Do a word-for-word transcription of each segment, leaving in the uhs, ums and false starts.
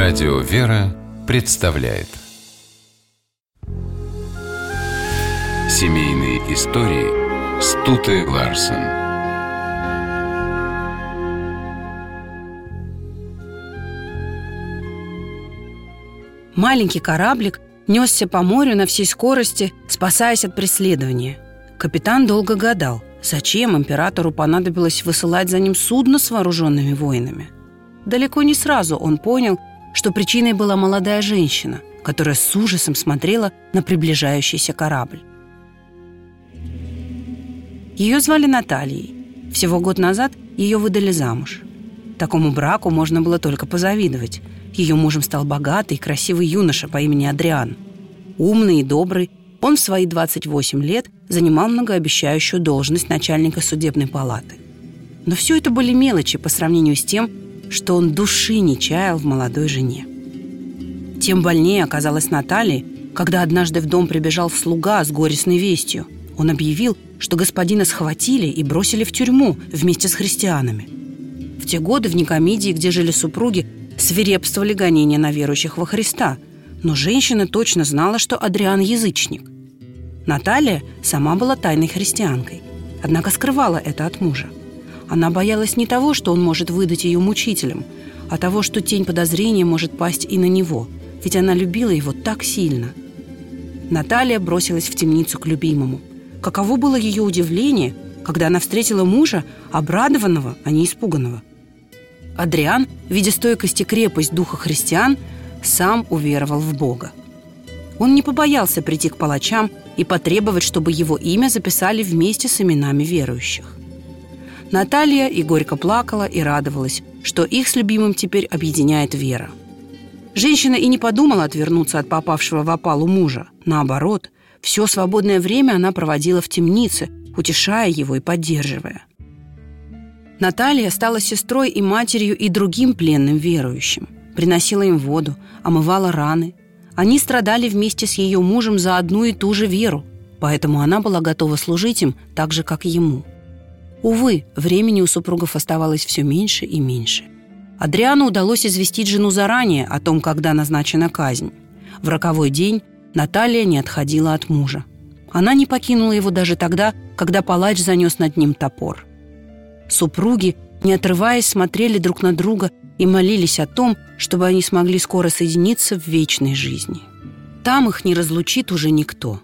Радио «Вера» представляет семейные истории Стуты Ларсен. Маленький кораблик несся по морю на всей скорости, спасаясь от преследования. Капитан долго гадал, зачем императору понадобилось высылать за ним судно с вооруженными воинами. Далеко не сразу он понял, что причиной была молодая женщина, которая с ужасом смотрела на приближающийся корабль. Ее звали Натальей. Всего год назад ее выдали замуж. Такому браку можно было только позавидовать. Ее мужем стал богатый и красивый юноша по имени Адриан. Умный и добрый, он в свои двадцать восемь лет занимал многообещающую должность начальника судебной палаты. Но все это были мелочи по сравнению с тем, что он души не чаял в молодой жене. Тем больнее оказалась Наталья, когда однажды в дом прибежал слуга с горестной вестью. Он объявил, что господина схватили и бросили в тюрьму вместе с христианами. В те годы в Никомидии, где жили супруги, свирепствовали гонения на верующих во Христа, но женщина точно знала, что Адриан язычник. Наталья сама была тайной христианкой, однако скрывала это от мужа. Она боялась не того, что он может выдать ее мучителям, а того, что тень подозрения может пасть и на него, ведь она любила его так сильно. Наталья бросилась в темницу к любимому. Каково было ее удивление, когда она встретила мужа, обрадованного, а не испуганного. Адриан, видя стойкость и крепость духа христиан, сам уверовал в Бога. Он не побоялся прийти к палачам и потребовать, чтобы его имя записали вместе с именами верующих. Наталья и горько плакала, и радовалась, что их с любимым теперь объединяет вера. Женщина и не подумала отвернуться от попавшего в опалу мужа. Наоборот, все свободное время она проводила в темнице, утешая его и поддерживая. Наталья стала сестрой и матерью и другим пленным верующим. Приносила им воду, омывала раны. Они страдали вместе с ее мужем за одну и ту же веру, поэтому она была готова служить им так же, как ему. Увы, времени у супругов оставалось все меньше и меньше. Адриану удалось известить жену заранее о том, когда назначена казнь. В роковой день Наталья не отходила от мужа. Она не покинула его даже тогда, когда палач занес над ним топор. Супруги, не отрываясь, смотрели друг на друга и молились о том, чтобы они смогли скоро соединиться в вечной жизни. Там их не разлучит уже никто.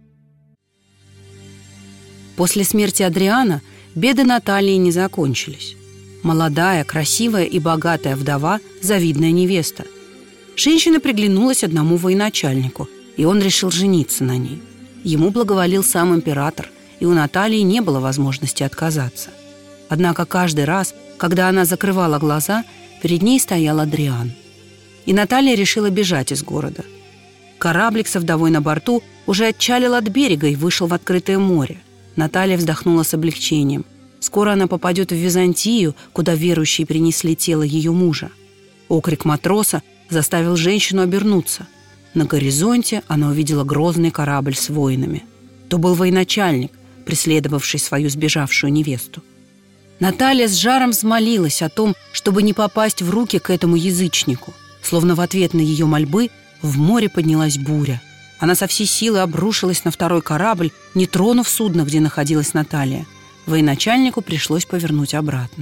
После смерти Адриана беды Натальи не закончились. Молодая, красивая и богатая вдова, завидная невеста. Женщина приглянулась одному военачальнику, и он решил жениться на ней. Ему благоволил сам император, и у Натальи не было возможности отказаться. Однако каждый раз, когда она закрывала глаза, перед ней стоял Адриан. И Наталья решила бежать из города. Кораблик со вдовой на борту уже отчалил от берега и вышел в открытое море. Наталья вздохнула с облегчением. Скоро она попадет в Византию, куда верующие принесли тело ее мужа. Окрик матроса заставил женщину обернуться. На горизонте она увидела грозный корабль с воинами. То был военачальник, преследовавший свою сбежавшую невесту. Наталья с жаром взмолилась о том, чтобы не попасть в руки к этому язычнику. Словно в ответ на ее мольбы в море поднялась буря. Она со всей силы обрушилась на второй корабль, не тронув судно, где находилась Наталья. Военачальнику пришлось повернуть обратно.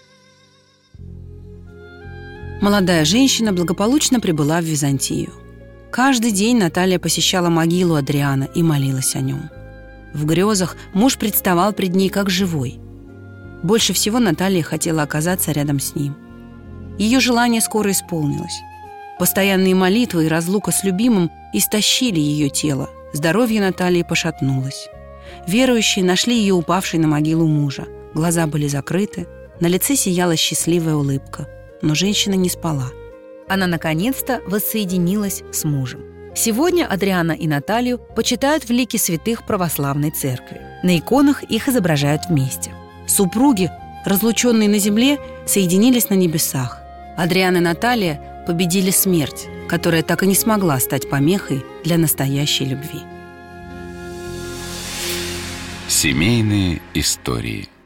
Молодая женщина благополучно прибыла в Византию. Каждый день Наталья посещала могилу Адриана и молилась о нем. В грезах муж представал пред ней как живой. Больше всего Наталья хотела оказаться рядом с ним. Ее желание скоро исполнилось. Постоянные молитвы и разлука с любимым истощили ее тело. Здоровье Натальи пошатнулось. Верующие нашли ее упавшей на могилу мужа. Глаза были закрыты, на лице сияла счастливая улыбка. Но женщина не спала. Она наконец-то воссоединилась с мужем. Сегодня Адриана и Наталью почитают в лике святых православной церкви. На иконах их изображают вместе. Супруги, разлученные на земле, соединились на небесах. Адриан и Наталья победили смерть, которая так и не смогла стать помехой для настоящей любви. Семейные истории.